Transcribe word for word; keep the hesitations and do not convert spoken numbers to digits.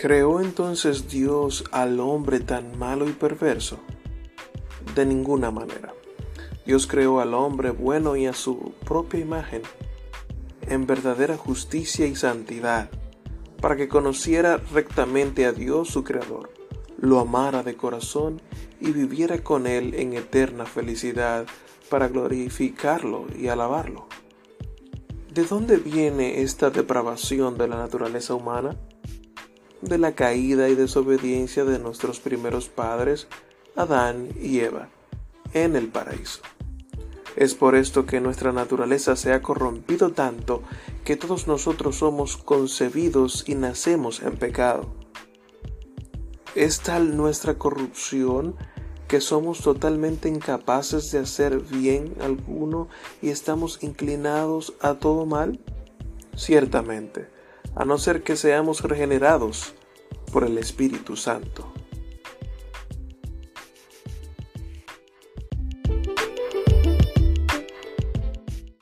¿Creó entonces Dios al hombre tan malo y perverso? De ninguna manera. Dios creó al hombre bueno y a su propia imagen, en verdadera justicia y santidad, para que conociera rectamente a Dios su Creador, lo amara de corazón y viviera con Él en eterna felicidad para glorificarlo y alabarlo. ¿De dónde viene esta depravación de la naturaleza humana? De la caída y desobediencia de nuestros primeros padres, Adán y Eva, en el paraíso. Es por esto que nuestra naturaleza se ha corrompido tanto que todos nosotros somos concebidos y nacemos en pecado. Es tal nuestra corrupción que somos totalmente incapaces de hacer bien alguno y estamos inclinados a todo mal. Ciertamente, a no ser que seamos regenerados por el Espíritu Santo.